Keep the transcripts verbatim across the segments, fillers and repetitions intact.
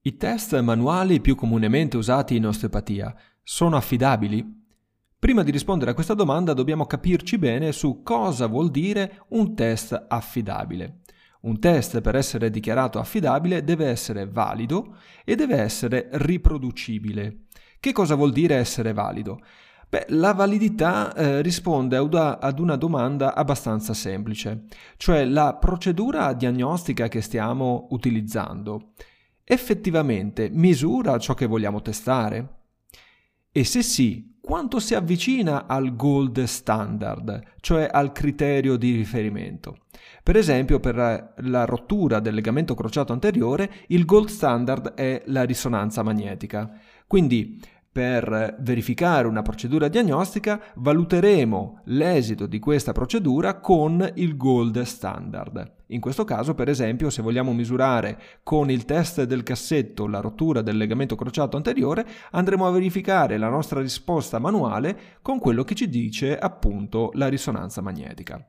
I test manuali più comunemente usati in osteopatia sono affidabili? Prima di rispondere a questa domanda dobbiamo capirci bene su cosa vuol dire un test affidabile. Un test, per essere dichiarato affidabile, deve essere valido e deve essere riproducibile. Che cosa vuol dire essere valido? Beh, la validità eh, risponde ad una domanda abbastanza semplice, cioè la procedura diagnostica che stiamo utilizzando effettivamente misura ciò che vogliamo testare? E se sì, quanto si avvicina al gold standard, cioè al criterio di riferimento? Per esempio, per la rottura del legamento crociato anteriore, il gold standard è la risonanza magnetica. Quindi, per verificare una procedura diagnostica, valuteremo l'esito di questa procedura con il gold standard. In questo caso, per esempio, se vogliamo misurare con il test del cassetto la rottura del legamento crociato anteriore, andremo a verificare la nostra risposta manuale con quello che ci dice appunto la risonanza magnetica.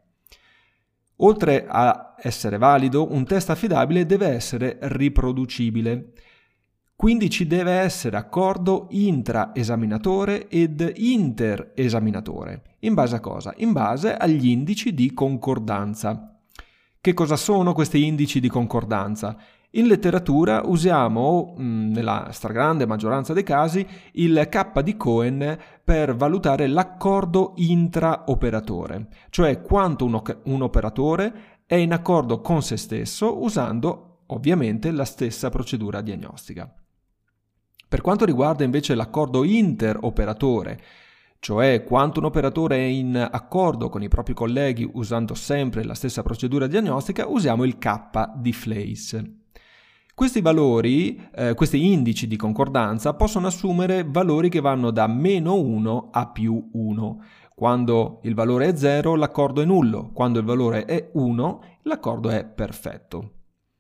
Oltre a essere valido, un test affidabile deve essere riproducibile. Quindi ci deve essere accordo intra-esaminatore ed inter-esaminatore. In base a cosa? In base agli indici di concordanza. Che cosa sono questi indici di concordanza? In letteratura usiamo, nella stragrande maggioranza dei casi, il K di Cohen per valutare l'accordo intraoperatore, cioè quanto un, un operatore è in accordo con se stesso usando ovviamente la stessa procedura diagnostica. Per quanto riguarda invece l'accordo interoperatore, cioè quanto un operatore è in accordo con i propri colleghi usando sempre la stessa procedura diagnostica, usiamo il K di Fleiss. Questi valori, eh, questi indici di concordanza possono assumere valori che vanno da meno uno a più uno. Quando il valore è zero, l'accordo è nullo. Quando il valore è uno, l'accordo è perfetto.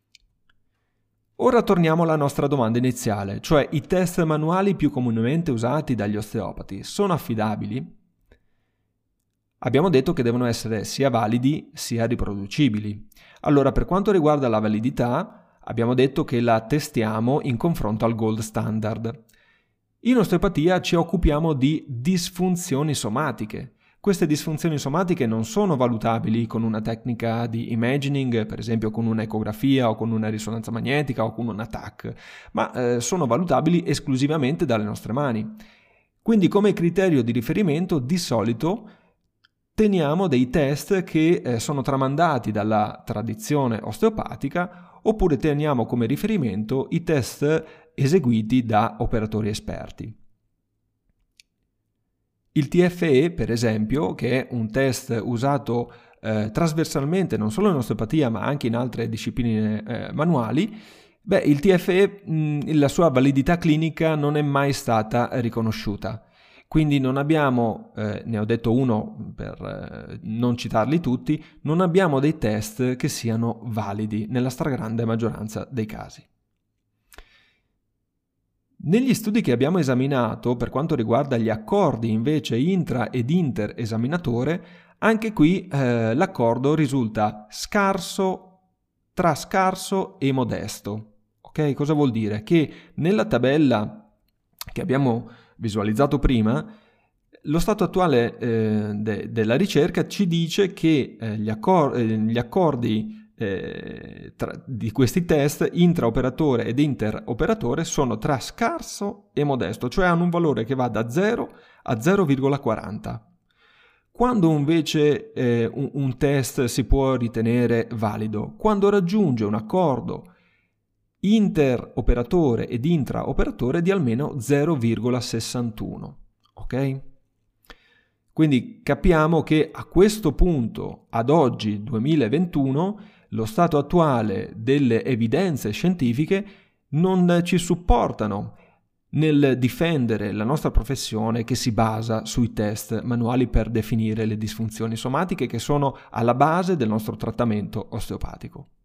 Ora torniamo alla nostra domanda iniziale, cioè i test manuali più comunemente usati dagli osteopati sono affidabili? Abbiamo detto che devono essere sia validi sia riproducibili. Allora, per quanto riguarda la validità, abbiamo detto che la testiamo in confronto al gold standard. In osteopatia ci occupiamo di disfunzioni somatiche. Queste disfunzioni somatiche non sono valutabili con una tecnica di imaging, per esempio con un'ecografia o con una risonanza magnetica o con un A T A C, ma eh, sono valutabili esclusivamente dalle nostre mani. Quindi come criterio di riferimento di solito teniamo dei test che eh, sono tramandati dalla tradizione osteopatica oppure teniamo come riferimento i test eseguiti da operatori esperti. Il T F E, per esempio, che è un test usato eh, trasversalmente non solo in osteopatia ma anche in altre discipline eh, manuali, beh, il T F E, mh, la sua validità clinica non è mai stata riconosciuta. Quindi non abbiamo, eh, ne ho detto uno per eh, non citarli tutti, non abbiamo dei test che siano validi nella stragrande maggioranza dei casi. Negli studi che abbiamo esaminato, per quanto riguarda gli accordi invece intra ed inter esaminatore, anche qui eh, l'accordo risulta scarso, tra scarso e modesto. Ok? Cosa vuol dire? Che nella tabella che abbiamo visualizzato prima, lo stato attuale eh, de- della ricerca ci dice che eh, gli, accor- eh, gli accordi Eh, tra, di questi test intraoperatore ed interoperatore sono tra scarso e modesto, cioè hanno un valore che va da zero a zero virgola quaranta. Quando invece eh, un, un test si può ritenere valido? Quando raggiunge un accordo interoperatore ed intraoperatore di almeno zero virgola sessantuno. Ok? Quindi capiamo che a questo punto, ad oggi duemilaventuno, lo stato attuale delle evidenze scientifiche non ci supportano nel difendere la nostra professione che si basa sui test manuali per definire le disfunzioni somatiche che sono alla base del nostro trattamento osteopatico.